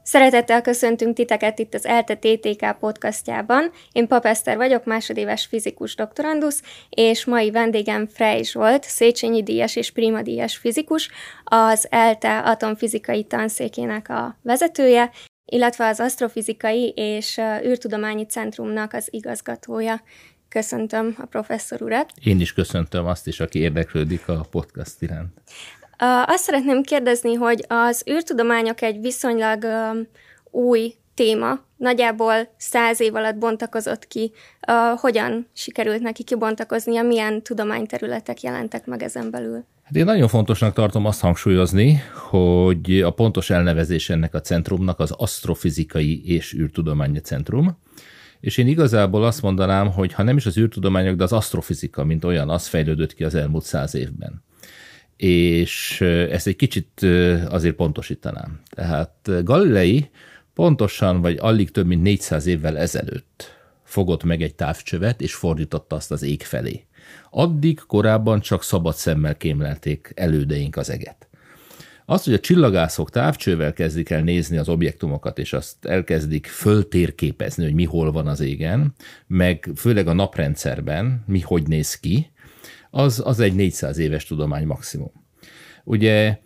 Szeretettel köszöntünk titeket itt az ELTE TTK podcastjában. Én Pap Eszter vagyok, másodéves fizikus doktorandusz, és mai vendégem Frey Zsolt, Széchenyi díjas és Prima díjas fizikus, az ELTE atomfizikai tanszékének a vezetője, illetve az Asztrofizikai és űrtudományi centrumnak az igazgatója. Köszöntöm a professzor urat. Én is köszöntöm azt is, aki érdeklődik a podcast iránt. Azt szeretném kérdezni, hogy az űrtudományok egy viszonylag új téma, nagyjából 100 év alatt bontakozott ki. Hogyan sikerült neki kibontakoznia, milyen tudományterületek jelentek meg ezen belül? Hát én nagyon fontosnak tartom azt hangsúlyozni, hogy a pontos elnevezés ennek a centrumnak az Asztrofizikai és űrtudományi centrum, és én igazából azt mondanám, hogy ha nem is az űrtudományok, de az asztrofizika, mint olyan, az fejlődött ki az elmúlt 100 évben. És ezt egy kicsit azért pontosítanám. Tehát Galilei pontosan, vagy alig több mint 400 évvel ezelőtt fogott meg egy távcsövet, és fordította azt az ég felé. Addig korábban csak szabad szemmel kémlelték elődeink az eget. Az, hogy a csillagászok távcsővel kezdik el nézni az objektumokat, és azt elkezdik föltérképezni, hogy mi hol van az égen, meg főleg a naprendszerben mi hogy néz ki, az egy 400 éves tudomány maximum. Ugye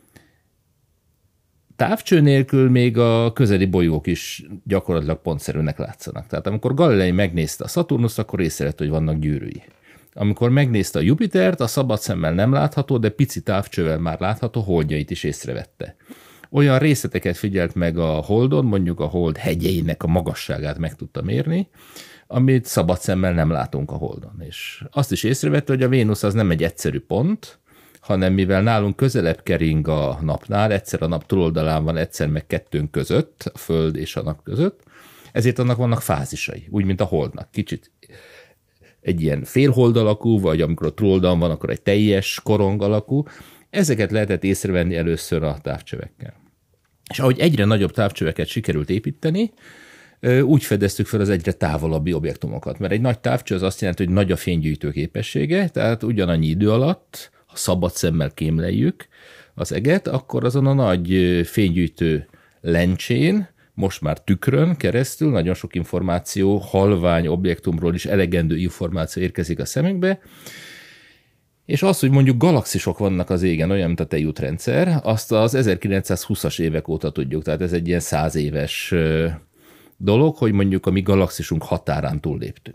távcső nélkül még a közeli bolygók is gyakorlatilag pontszerűnek látszanak. Tehát amikor Galilei megnézte a Szaturnuszt, akkor észrevette, hogy vannak gyűrűi. Amikor megnézte a Jupitert, a szabad szemmel nem látható, de pici távcsővel már látható holdjait is észrevette. Olyan részleteket figyelt meg a Holdon, mondjuk a Hold hegyeinek a magasságát meg tudta mérni, amit szabad szemmel nem látunk a Holdon. És azt is észrevette, hogy a Vénusz az nem egy egyszerű pont, hanem mivel nálunk közelebb kering a napnál, egyszer a nap túloldalán van, egyszer meg kettőnk között, a Föld és a nap között, ezért annak vannak fázisai, úgy, mint a Holdnak. Kicsit egy ilyen félhold alakú, vagy amikor a túloldalon van, akkor egy teljes korong alakú. Ezeket lehetett észrevenni először a távcsövekkel. És ahogy egyre nagyobb távcsöveket sikerült építeni, úgy fedeztük fel az egyre távolabbi objektumokat. Mert egy nagy távcső az azt jelenti, hogy nagy a fénygyűjtő képessége, tehát ugyanannyi idő alatt, ha szabad szemmel kémleljük az eget, akkor azon a nagy fénygyűjtő lencsén, most már tükrön keresztül nagyon sok információ, halvány objektumról is elegendő információ érkezik a szemünkbe, és az, hogy mondjuk galaxisok vannak az égen, olyan, mint a tejútrendszer, azt az 1920-as évek óta tudjuk, tehát ez egy ilyen 100 éves dolog, hogy mondjuk a mi galaxisunk határán túlléptünk.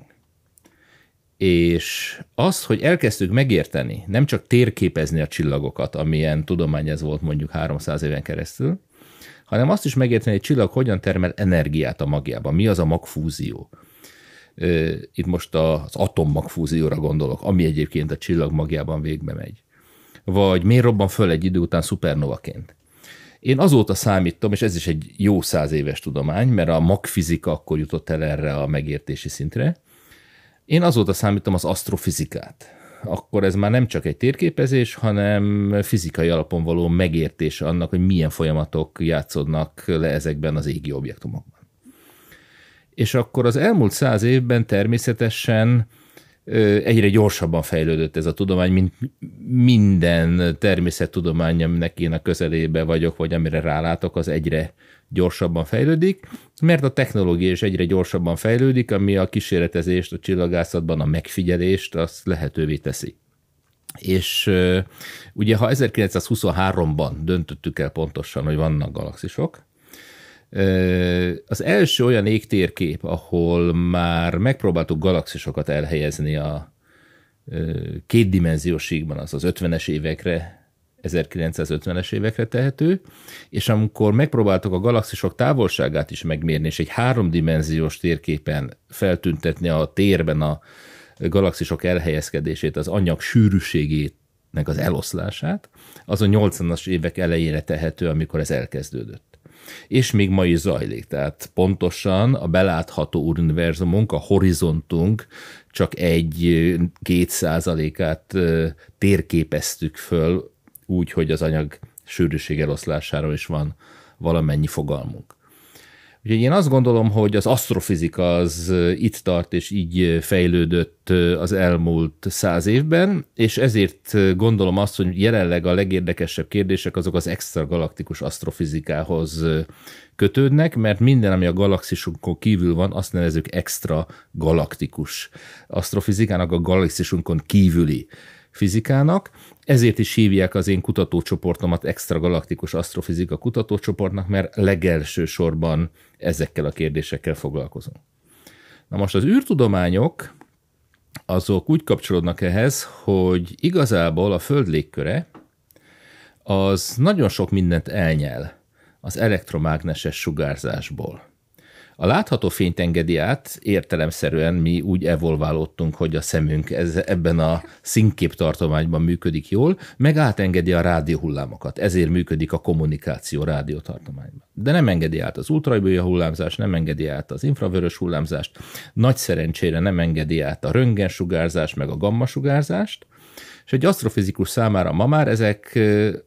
És az, hogy elkezdtük megérteni, nem csak térképezni a csillagokat, amilyen tudomány ez volt mondjuk 300 éven keresztül, hanem azt is megérteni, hogy egy csillag hogyan termel energiát a magjában, mi az a magfúzió. Itt most az atommagfúzióra gondolok, ami egyébként a csillag magjában végbe megy. Vagy miért robban föl egy idő után szupernovaként. Én azóta számítom, és ez is egy jó 100 éves tudomány, mert a magfizika akkor jutott el erre a megértési szintre. Én azóta számítom az asztrofizikát. Akkor ez már nem csak egy térképezés, hanem fizikai alapon való megértése annak, hogy milyen folyamatok játszódnak le ezekben az égi objektumokban. És akkor az elmúlt 100 évben természetesen egyre gyorsabban fejlődött ez a tudomány, mint minden természettudomány, aminek én a közelébe vagyok, vagy amire rálátok, az egyre gyorsabban fejlődik, mert a technológia is egyre gyorsabban fejlődik, ami a kísérletezést, a csillagászatban a megfigyelést azt lehetővé teszi. És ugye ha 1923-ban döntöttük el pontosan, hogy vannak galaxisok, az első olyan égtérkép, ahol már megpróbáltuk galaxisokat elhelyezni a kétdimenziós síkban, az 50-es évekre, 1950-es évekre tehető, és amikor megpróbáltuk a galaxisok távolságát is megmérni, és egy háromdimenziós térképen feltüntetni a térben a galaxisok elhelyezkedését, az anyag sűrűségének az eloszlását, az a 80-as évek elejére tehető, amikor ez elkezdődött. És még ma is zajlik, tehát pontosan a belátható univerzumunk, a horizontunk csak 1-2%-át térképeztük föl úgy, hogy az anyag sűrűség eloszlásáról is van valamennyi fogalmunk. Úgyhogy én azt gondolom, hogy az asztrofizika az itt tart, és így fejlődött az elmúlt 100 évben, és ezért gondolom azt, hogy jelenleg a legérdekesebb kérdések azok az extragalaktikus asztrofizikához kötődnek, mert minden, ami a galaxisunkon kívül van, azt nevezzük extragalaktikus asztrofizikának, a galaxisunkon kívüli fizikának. Ezért is hívják az én kutatócsoportomat extragalaktikus asztrofizika kutatócsoportnak, mert legelső sorban ezekkel a kérdésekkel foglalkozunk. Na most az űrtudományok azok úgy kapcsolódnak ehhez, hogy igazából a Föld légköre az nagyon sok mindent elnyel az elektromágneses sugárzásból. A látható fényt engedi át, értelemszerűen mi úgy evolválódtunk, hogy a szemünk ebben a színképtartományban működik jól, meg átengedi a rádióhullámokat, ezért működik a kommunikáció rádiótartományban. De nem engedi át az ultraibőja hullámzást, nem engedi át az infravörös hullámzást, nagy szerencsére nem engedi át a röntgensugárzást, meg a gammasugárzást, és egy asztrofizikus számára ma már ezek,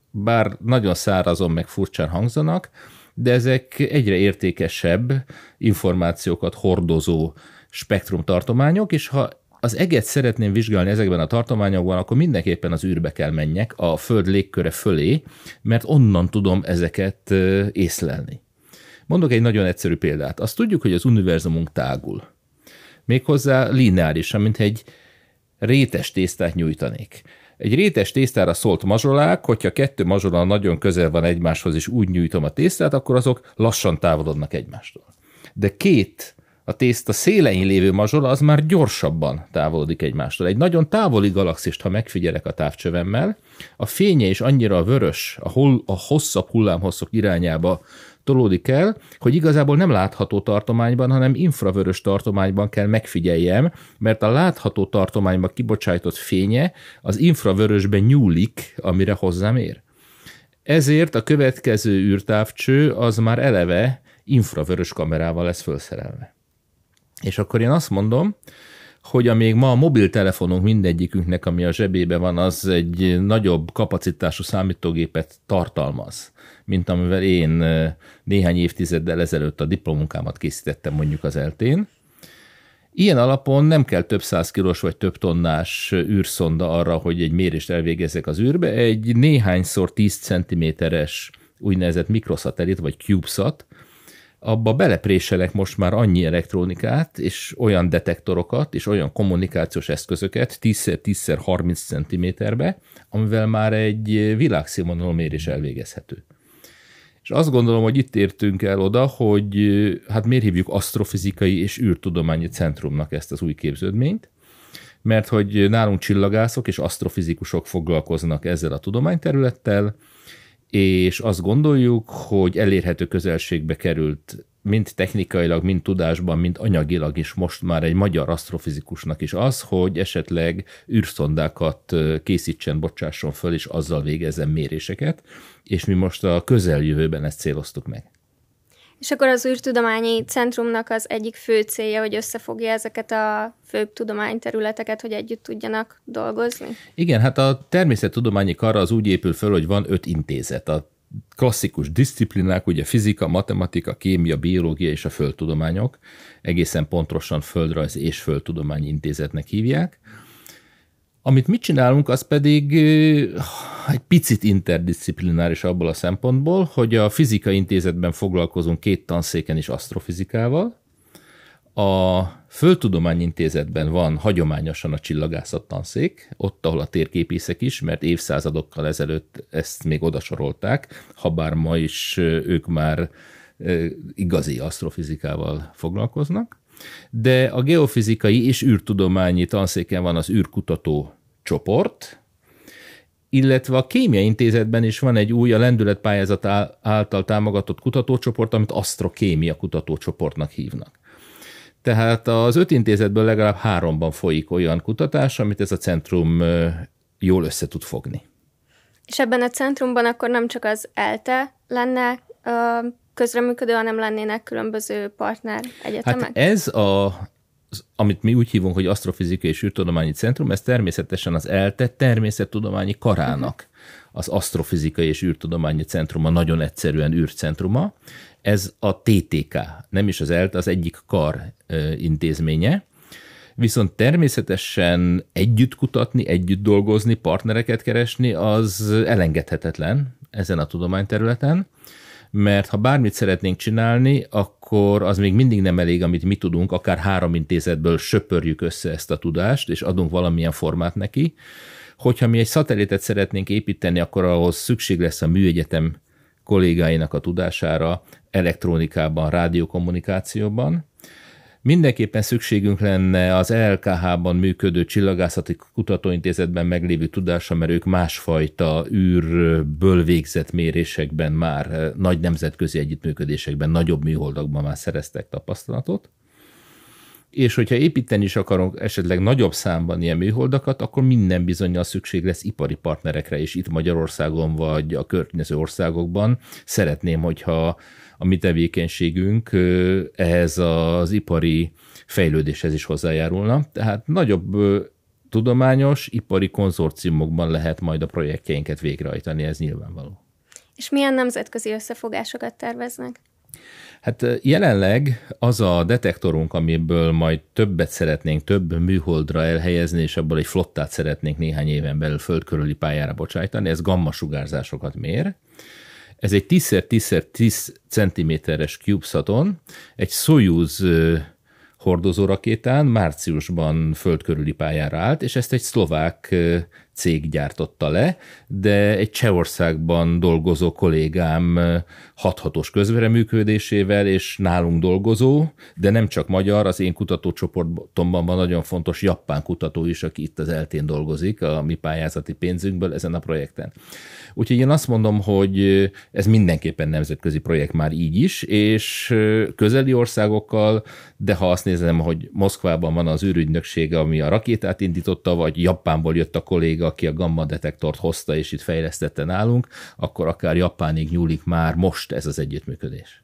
bár nagyon szárazon meg furcsán hangzanak, de ezek egyre értékesebb információkat hordozó spektrumtartományok, és ha az eget szeretném vizsgálni ezekben a tartományokban, akkor mindenképpen az űrbe kell menjek, a Föld légköre fölé, mert onnan tudom ezeket észlelni. Mondok egy nagyon egyszerű példát. Azt tudjuk, hogy az univerzumunk tágul. Méghozzá lineárisan, mint egy rétes tésztát nyújtanék. Egy rétes tésztára szólt mazsolák, hogyha 2 mazsola nagyon közel van egymáshoz, és úgy nyújtom a tésztát, akkor azok lassan távolodnak egymástól. De 2 a tészta szélein lévő mazsola, az már gyorsabban távolodik egymástól. Egy nagyon távoli galaxist, ha megfigyelek a távcsövemmel, a fénye is annyira vörös, a hosszabb hullámhosszok irányába tolódik el, hogy igazából nem látható tartományban, hanem infravörös tartományban kell megfigyeljem, mert a látható tartományban kibocsájtott fénye az infravörösben nyúlik, amire hozzám ér. Ezért a következő űrtávcső az már eleve infravörös kamerával lesz felszerelve. És akkor én azt mondom, hogy amíg ma a mobiltelefonunk mindegyikünknek, ami a zsebében van, az egy nagyobb kapacitású számítógépet tartalmaz, mint amivel én néhány évtizeddel ezelőtt a diplomunkámat készítettem mondjuk az ELTE-n. Ilyen alapon nem kell több 100 kilós vagy több tonnás űrszonda arra, hogy egy mérést elvégezzek az űrbe. Egy néhányszor 10 cm-es úgynevezett mikroszatellit vagy CubeSat, abba belepréselek most már annyi elektronikát, és olyan detektorokat, és olyan kommunikációs eszközöket 10x10x30 cm-be, amivel már egy világszínvonalú mérés elvégezhető. És azt gondolom, hogy itt értünk el oda, hogy hát miért hívjuk asztrofizikai és űrtudományi centrumnak ezt az új képződményt, mert hogy nálunk csillagászok és asztrofizikusok foglalkoznak ezzel a tudományterülettel, és azt gondoljuk, hogy elérhető közelségbe került mind technikailag, mind tudásban, mind anyagilag is most már egy magyar asztrofizikusnak is az, hogy esetleg űrszondákat készítsen, bocsásson föl, és azzal végezzen méréseket, és mi most a közeljövőben ezt céloztuk meg. És akkor az űrtudományi centrumnak az egyik fő célja, hogy összefogja ezeket a főbb tudományterületeket, hogy együtt tudjanak dolgozni? Igen, hát a természettudományi kar az úgy épül föl, hogy van 5 intézet. A klasszikus disziplinák, ugye fizika, matematika, kémia, biológia és a földtudományok, egészen pontosan földrajz és földtudományi intézetnek hívják. Amit mit csinálunk, az pedig egy picit interdisziplináris abból a szempontból, hogy a fizika intézetben foglalkozunk 2 tanszéken is asztrofizikával, a Földtudományi Intézetben van hagyományosan a csillagászat tanszék, ott, ahol a térképészek is, mert évszázadokkal ezelőtt ezt még odasorolták, habár ma is ők már igazi asztrofizikával foglalkoznak. De a geofizikai és űrtudományi tanszéken van az űrkutató csoport, illetve a Kémia Intézetben is van egy új, a lendületpályázat által támogatott kutatócsoport, amit asztrokémia kutatócsoportnak hívnak. Tehát az 5 intézetből legalább 3-ban folyik olyan kutatás, amit ez a centrum jól össze tud fogni. És ebben a centrumban akkor nem csak az ELTE lenne közreműködő, hanem lennének különböző partner egyetemek? Hát ez amit mi úgy hívunk, hogy Asztrofizikai és űrtudományi centrum, ez természetesen az ELTE természettudományi karának az asztrofizikai és űrtudományi centruma, nagyon egyszerűen űrcentruma. Ez a TTK, nem is az ELTE, az egyik kar intézménye. Viszont természetesen együtt kutatni, együtt dolgozni, partnereket keresni, az elengedhetetlen ezen a tudományterületen, mert ha bármit szeretnénk csinálni, akkor az még mindig nem elég, amit mi tudunk, akár 3 intézetből söpörjük össze ezt a tudást, és adunk valamilyen formát neki. Hogyha mi egy szatellitet szeretnénk építeni, akkor ahhoz szükség lesz a műegyetem kollégáinak a tudására, elektronikában, rádiókommunikációban. Mindenképpen szükségünk lenne az ELKH-ban működő csillagászati kutatóintézetben meglévő tudásra, mert ők másfajta űrből végzett mérésekben már, nagy nemzetközi együttműködésekben, nagyobb műholdakban már szereztek tapasztalatot. És hogyha építeni is akarunk esetleg nagyobb számban ilyen műholdakat, akkor minden bizonnyal szükség lesz ipari partnerekre is itt Magyarországon vagy a környező országokban. Szeretném, hogyha a mi tevékenységünk ehhez az ipari fejlődéshez is hozzájárulna. Tehát nagyobb tudományos, ipari konzorciumokban lehet majd a projektjeinket végrehajtani, ez nyilvánvaló. És milyen nemzetközi összefogásokat terveznek? Hát jelenleg az a detektorunk, amiből majd többet szeretnénk több műholdra elhelyezni, és abból egy flottát szeretnénk néhány éven belül föld körüli pályára bocsájtani, ez gamma sugárzásokat mér. Ez egy 10x10x10 cm-es CubeSaton, egy Soyuz hordozórakétán márciusban föld körüli pályára állt, és ezt egy szlovák cég gyártotta le, de egy Csehországban dolgozó kollégám hathatós közreműködésével, és nálunk dolgozó, de nem csak magyar, az én kutatócsoportomban van nagyon fontos japán kutató is, aki itt az ELTE-n dolgozik, a mi pályázati pénzünkből ezen a projekten. Úgyhogy én azt mondom, hogy ez mindenképpen nemzetközi projekt már így is, és közeli országokkal, de ha azt nézem, hogy Moszkvában van az űrügynökség, ami a rakétát indította, vagy Japánból jött a kolléga, aki a gamma detektort hozta, és itt fejlesztette nálunk, akkor akár Japánig nyúlik már most ez az együttműködés.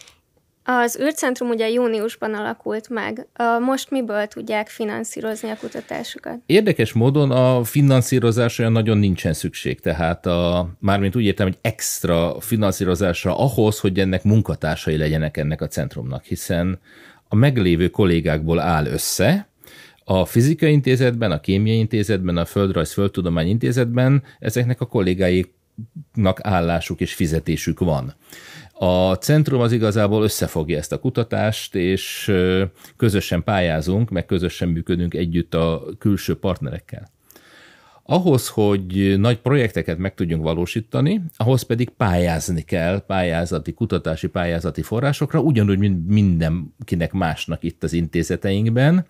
Az űrcentrum ugye júniusban alakult meg. Most miből tudják finanszírozni a kutatásukat? Érdekes módon a finanszírozásra nagyon nincsen szükség, tehát mármint úgy értem, hogy extra finanszírozásra ahhoz, hogy ennek munkatársai legyenek ennek a centrumnak, hiszen a meglévő kollégákból áll össze, a fizikai intézetben, a kémiai intézetben, a földrajz-földtudomány intézetben ezeknek a kollégáiknak állásuk és fizetésük van. A centrum az igazából összefogja ezt a kutatást, és közösen pályázunk, meg közösen működünk együtt a külső partnerekkel. Ahhoz, hogy nagy projekteket meg tudjunk valósítani, ahhoz pedig pályázni kell, kutatási pályázati forrásokra, ugyanúgy, mint mindenkinek másnak itt az intézeteinkben,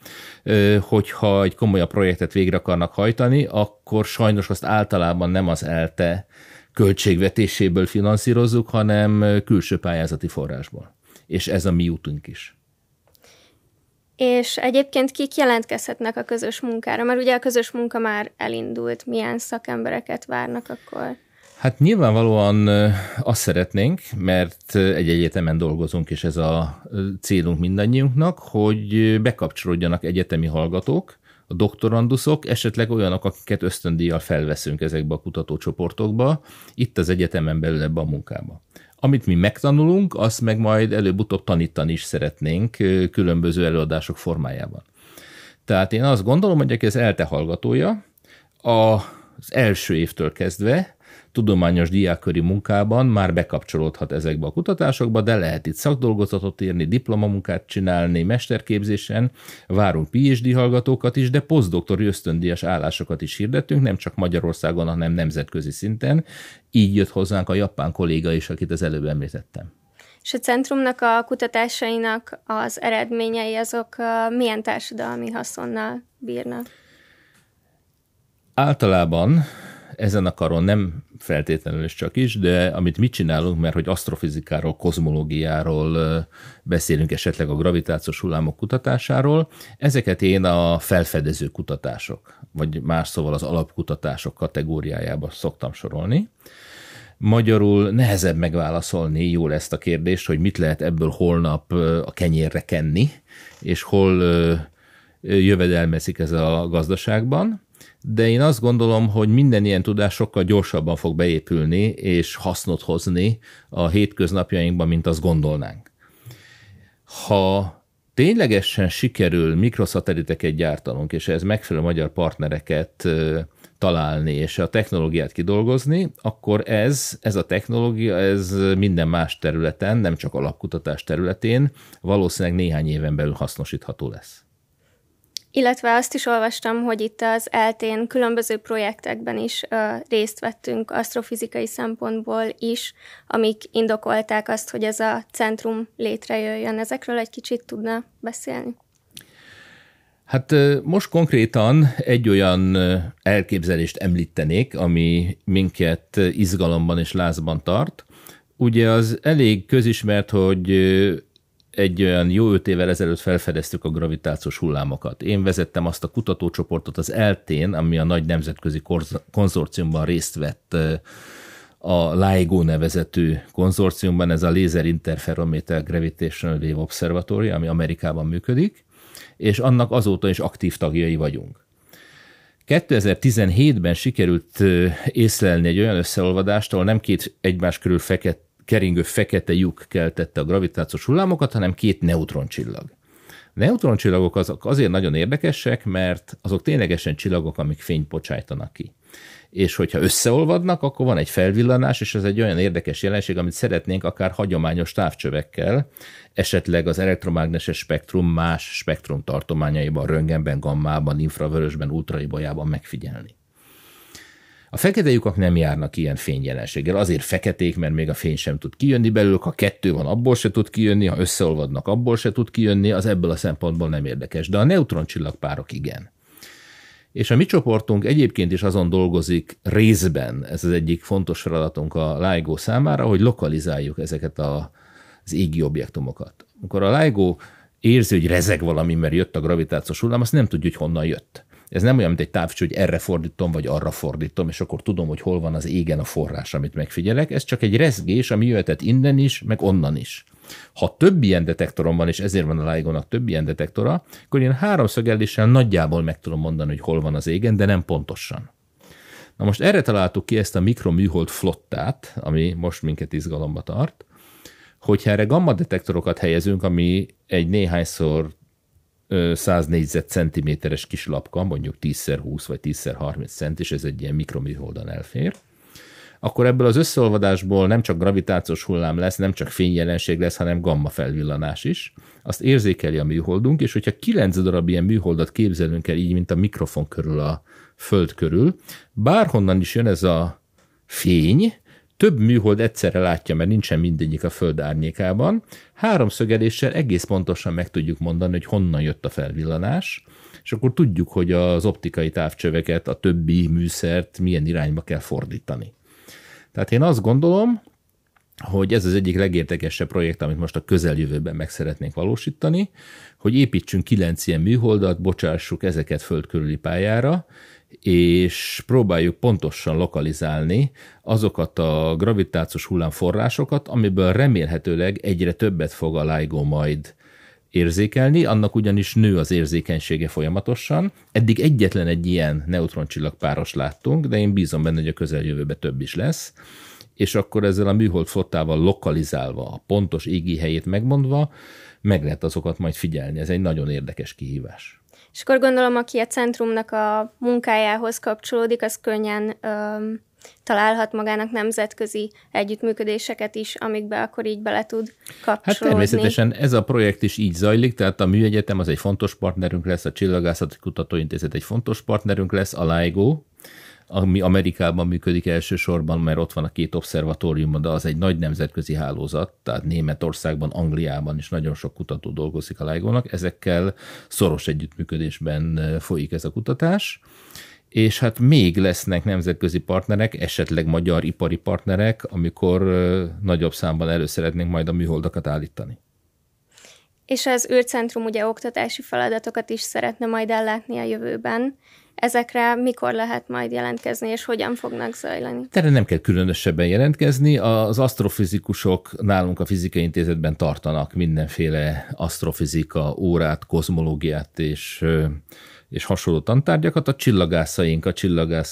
hogyha egy komolyabb projektet végre akarnak hajtani, akkor sajnos azt általában nem az ELTE költségvetéséből finanszírozzuk, hanem külső pályázati forrásból. És ez a mi útunk is. És egyébként kik jelentkezhetnek a közös munkára? Mert ugye a közös munka már elindult. Milyen szakembereket várnak akkor? Hát nyilvánvalóan azt szeretnénk, mert egy egyetemen dolgozunk, és ez a célunk mindannyiunknak, hogy bekapcsolódjanak egyetemi hallgatók, a doktoranduszok, esetleg olyanok, akiket ösztöndíjjal felveszünk ezekbe a kutatócsoportokba, itt az egyetemen belül ebbe a munkába. Amit mi megtanulunk, azt meg majd előbb-utóbb tanítani is szeretnénk különböző előadások formájában. Tehát én azt gondolom, hogy aki az ELTE hallgatója, az első évtől kezdve tudományos diákköri munkában már bekapcsolódhat ezekbe a kutatásokba, de lehet itt szakdolgozatot írni, diplomamunkát csinálni, mesterképzésen, várunk PhD hallgatókat is, de posztdoktori ösztöndíjas állásokat is hirdettünk, nem csak Magyarországon, hanem nemzetközi szinten. Így jött hozzánk a japán kolléga is, akit az előbb említettem. És a centrumnak a kutatásainak az eredményei azok milyen társadalmi haszonnal bírnak? Általában ezen a karon nem feltétlenül is csak is, de amit mi csinálunk, mert hogy asztrofizikáról, kozmológiáról beszélünk, esetleg a gravitációs hullámok kutatásáról, ezeket én a felfedező kutatások, vagy más szóval az alapkutatások kategóriájába szoktam sorolni. Magyarul nehezebb megválaszolni jól ezt a kérdést, hogy mit lehet ebből holnap a kenyérre kenni, és hol jövedelmezik ez a gazdaságban. de én azt gondolom, hogy minden ilyen tudás sokkal gyorsabban fog beépülni és hasznot hozni a hétköznapjainkban, mint azt gondolnánk. Ha ténylegesen sikerül mikroszatelliteket gyártanunk, és ez megfelelő magyar partnereket találni, és a technológiát kidolgozni, akkor ez a technológia, ez minden más területen, nem csak alapkutatás területén valószínűleg néhány éven belül hasznosítható lesz. Illetve azt is olvastam, hogy itt az ELTE-n különböző projektekben is részt vettünk asztrofizikai szempontból is, amik indokolták azt, hogy ez a centrum létrejöjjön. Ezekről egy kicsit tudna beszélni? Hát most konkrétan egy olyan elképzelést említenék, ami minket izgalomban és lázban tart. Ugye az elég közismert, hogy egy olyan jó 5 évvel ezelőtt felfedeztük a gravitációs hullámokat. Én vezettem azt a kutatócsoportot az ELTE-n, ami a nagy nemzetközi konzorciumban részt vett, a LIGO nevezetű konzorciumban, ez a Laser Interferometer Gravitational Wave Observatory, ami Amerikában működik, és annak azóta is aktív tagjai vagyunk. 2017-ben sikerült észlelni egy olyan összeolvadást, ahol nem két egymás körül keringő fekete lyuk keltette a gravitációs hullámokat, hanem 2 neutroncsillag. A neutroncsillagok azok azért nagyon érdekesek, mert azok ténylegesen csillagok, amik fényt bocsájtanak ki. És hogyha összeolvadnak, akkor van egy felvillanás, és ez egy olyan érdekes jelenség, amit szeretnénk akár hagyományos távcsövekkel, esetleg az elektromágneses spektrum más spektrum tartományaiban, röntgenben, gammában, infravörösben, ultraibolyában megfigyelni. A fekete lyukak nem járnak ilyen fényjelenséggel, azért feketék, mert még a fény sem tud kijönni belőlük, ha 2 van, abból se tud kijönni, ha összeolvadnak, abból se tud kijönni, az ebből a szempontból nem érdekes, de a neutroncsillagpárok igen. És a mi csoportunk egyébként is azon dolgozik részben, ez az egyik fontos feladatunk a LIGO számára, hogy lokalizáljuk ezeket az égi objektumokat. Amikor a LIGO érzi, hogy rezeg valami, mert jött a gravitációs hullám, azt nem tudja, hogy honnan jött. Ez nem olyan, mint egy távcső, hogy erre fordítom, vagy arra fordítom, és akkor tudom, hogy hol van az égen a forrás, amit megfigyelek. Ez csak egy rezgés, ami jöhetett innen is, meg onnan is. Ha több ilyen detektorom van, és ezért van a LIGO-nak több ilyen detektora, akkor én 3-szögelléssel nagyjából meg tudom mondani, hogy hol van az égen, de nem pontosan. Na most erre találtuk ki ezt a mikroműhold flottát, ami most minket izgalomba tart, hogyha erre gamma detektorokat helyezünk, ami egy néhányszor 100 négyzetcentiméteres kis lapka, mondjuk 10x20 vagy 10x30 cent, és ez egy ilyen mikroműholdan elfér, akkor ebből az összeolvadásból nem csak gravitációs hullám lesz, nem csak fényjelenség lesz, hanem gamma felvillanás is. Azt érzékeli a műholdunk, és hogyha 9 darab ilyen műholdat képzelünk el így, mint a mikrofon körül a Föld körül, bárhonnan is jön ez a fény, több műhold egyszerre látja, mert nincsen mindegyik a Föld árnyékában. 3-szögeléssel egész pontosan meg tudjuk mondani, hogy honnan jött a felvillanás, és akkor tudjuk, hogy az optikai távcsöveket, a többi műszert milyen irányba kell fordítani. Tehát én azt gondolom, hogy ez az egyik legértekesebb projekt, amit most a közeljövőben meg szeretnénk valósítani, hogy építsünk 9 ilyen műholdat, bocsássuk ezeket föld körüli pályára, és próbáljuk pontosan lokalizálni azokat a gravitációs hullámforrásokat, amiből remélhetőleg egyre többet fog a LIGO majd érzékelni, annak ugyanis nő az érzékenysége folyamatosan. Eddig egyetlen egy ilyen neutroncsillagpáros láttunk, de én bízom benne, hogy a közeljövőben több is lesz, és akkor ezzel a műhold flottával lokalizálva, a pontos égi helyét megmondva, meg lehet azokat majd figyelni. Ez egy nagyon érdekes kihívás. És akkor gondolom, aki a centrumnak a munkájához kapcsolódik, az könnyen találhat magának nemzetközi együttműködéseket is, amikbe akkor így bele tud kapcsolódni. Hát természetesen ez a projekt is így zajlik, tehát a műegyetem az egy fontos partnerünk lesz, a Csillagászati Kutatóintézet egy fontos partnerünk lesz, a LIGO, ami Amerikában működik elsősorban, mert ott van a 2 obszervatórium, de az egy nagy nemzetközi hálózat, tehát Németországban, Angliában is nagyon sok kutató dolgozik a LIGO-nak, ezekkel szoros együttműködésben folyik ez a kutatás, és hát még lesznek nemzetközi partnerek, esetleg magyar ipari partnerek, amikor nagyobb számban elő szeretnénk majd a műholdakat állítani. És az űrcentrum ugye oktatási feladatokat is szeretne majd ellátni a jövőben. Ezekre mikor lehet majd jelentkezni, és hogyan fognak zajlani? Erre nem kell különösebben jelentkezni. Az asztrofizikusok nálunk a Fizikai Intézetben tartanak mindenféle asztrofizika órát, kozmológiát és és hasonló tantárgyakat, a csillagászaink, a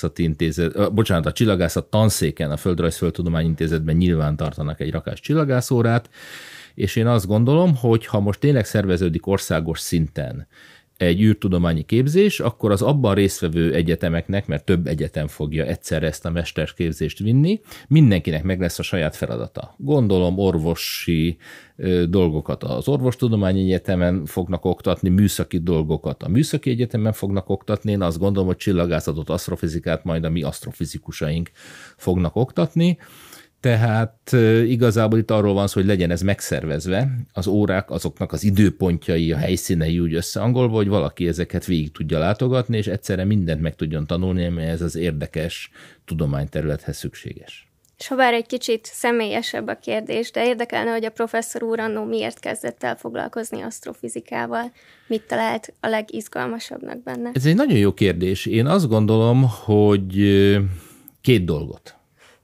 Csillagászat tanszéken, a Földrajz-Földtudományi Intézetben nyilván tartanak egy rakás csillagászórát, és én azt gondolom, hogy ha most tényleg szerveződik országos szinten egy űrtudományi képzés, akkor az abban résztvevő egyetemeknek, mert több egyetem fogja egyszerre ezt a mesterképzést vinni, mindenkinek meg lesz a saját feladata. Gondolom orvosi dolgokat az Orvostudományi Egyetemen fognak oktatni, műszaki dolgokat a Műszaki Egyetemen fognak oktatni, én azt gondolom, hogy csillagászatot, asztrofizikát majd a mi asztrofizikusaink fognak oktatni. Tehát igazából itt arról van szó, hogy legyen ez megszervezve, az órák, azoknak az időpontjai, a helyszínei úgy összehangolva, hogy valaki ezeket végig tudja látogatni, és egyszerre mindent meg tudjon tanulni, mert ez az érdekes tudományterülethez szükséges. És ha bár egy kicsit személyesebb a kérdés, de érdekelne, hogy a professzor úr annó miért kezdett el foglalkozni asztrofizikával, mit talált a legizgalmasabbnak benne? Ez egy nagyon jó kérdés. Én azt gondolom, hogy 2 dolgot.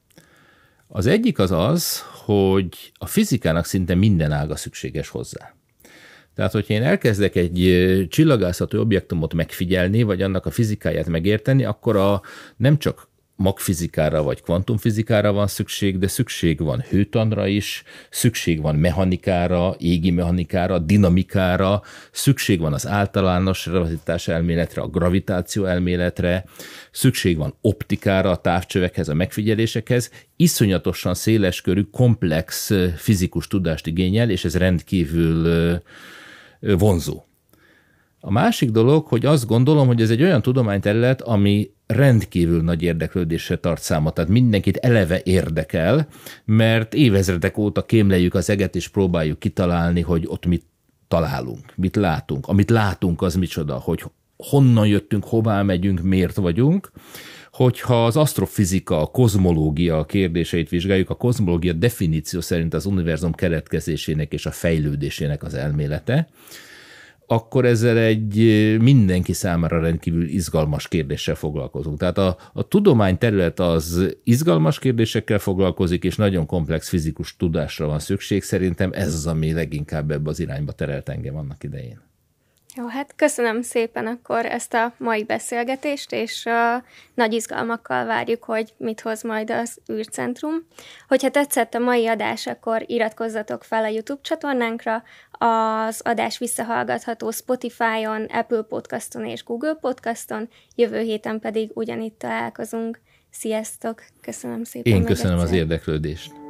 Az egyik az, hogy a fizikának szinte minden ága szükséges hozzá. Tehát, hogyha én elkezdek egy csillagászati objektumot megfigyelni, vagy annak a fizikáját megérteni, akkor nem csak magfizikára vagy kvantumfizikára van szükség, de szükség van hőtanra is, szükség van mechanikára, égi mechanikára, dinamikára, szükség van az általános relativitás elméletre, a gravitáció elméletre, szükség van optikára, a távcsövekhez, a megfigyelésekhez, iszonyatosan széleskörű, komplex fizikus tudást igényel, és ez rendkívül vonzó. A másik dolog, hogy azt gondolom, hogy ez egy olyan tudományterület, ami rendkívül nagy érdeklődésre tart számot, tehát mindenkit eleve érdekel, mert évezredek óta kémleljük az eget, és próbáljuk kitalálni, hogy ott mit találunk, mit látunk. Amit látunk, az micsoda, hogy honnan jöttünk, hová megyünk, miért vagyunk. Hogyha az asztrofizika, a kozmológia kérdéseit vizsgáljuk, a kozmológia definíció szerint az univerzum keletkezésének és a fejlődésének az elmélete, akkor ezzel egy mindenki számára rendkívül izgalmas kérdéssel foglalkozunk. Tehát a tudományterület az izgalmas kérdésekkel foglalkozik, és nagyon komplex fizikus tudásra van szükség. Szerintem ez az, ami leginkább ebbe az irányba terelt engem annak idején. Jó, hát köszönöm szépen akkor ezt a mai beszélgetést, és nagy izgalmakkal várjuk, hogy mit hoz majd az űrcentrum. Hogyha tetszett a mai adás, akkor iratkozzatok fel a YouTube csatornánkra, az adás visszahallgatható Spotify-on, Apple Podcaston és Google Podcaston, jövő héten pedig ugyanitt találkozunk. Sziasztok! Köszönöm szépen! Én köszönöm az érdeklődést!